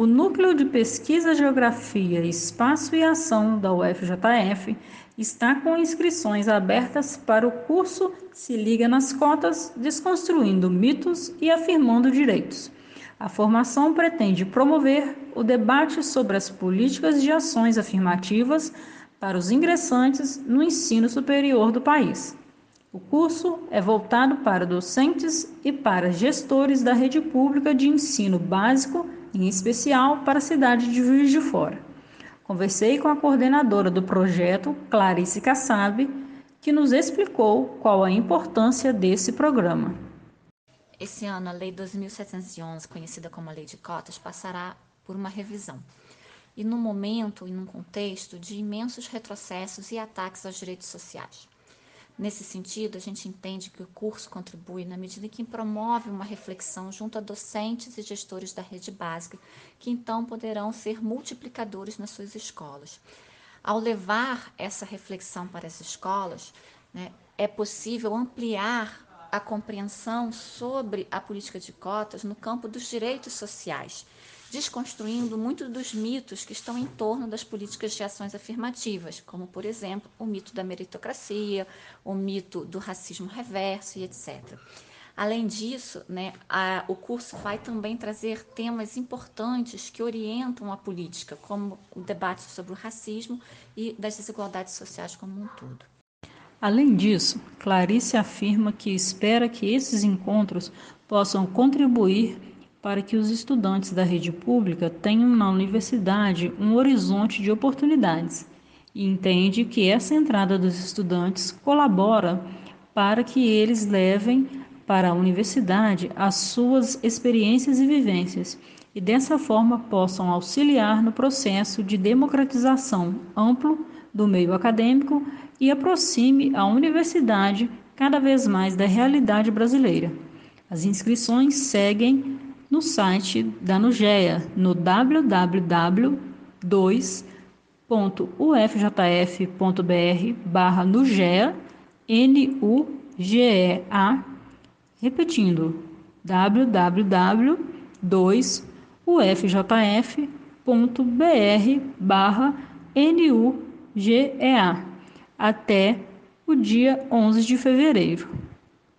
O Núcleo de Pesquisa, Geografia, Espaço e Ação da UFJF está com inscrições abertas para o curso Se Liga nas Cotas, Desconstruindo Mitos e Afirmando Direitos. A formação pretende promover o debate sobre as políticas de ações afirmativas para os ingressantes no ensino superior do país. O curso é voltado para docentes e para gestores da rede pública de ensino básico, em especial para a cidade de Juiz de Fora. Conversei com a coordenadora do projeto, Clarice Kassab, que nos explicou qual a importância desse programa. Esse ano, a Lei 2.711, conhecida como a Lei de Cotas, passará por uma revisão. E num momento e num contexto de imensos retrocessos e ataques aos direitos sociais. Nesse sentido, a gente entende que o curso contribui na medida em que promove uma reflexão junto a docentes e gestores da rede básica, que então poderão ser multiplicadores nas suas escolas. Ao levar essa reflexão para as escolas, é possível ampliar a compreensão sobre a política de cotas no campo dos direitos sociais, desconstruindo muitos dos mitos que estão em torno das políticas de ações afirmativas, como, por exemplo, o mito da meritocracia, o mito do racismo reverso e etc. Além disso, o curso vai também trazer temas importantes que orientam a política, como o debate sobre o racismo e das desigualdades sociais como um todo. Além disso, Clarice afirma que espera que esses encontros possam contribuir para que os estudantes da rede pública tenham na universidade um horizonte de oportunidades e entende que essa entrada dos estudantes colabora para que eles levem para a universidade as suas experiências e vivências e dessa forma possam auxiliar no processo de democratização amplo do meio acadêmico e aproxime a universidade cada vez mais da realidade brasileira. As inscrições seguem no site da Nugea, no www.ufjf.br/Nugea, NUGEA, repetindo, www.ufjf.br/NUGEA, até o dia 11 de fevereiro.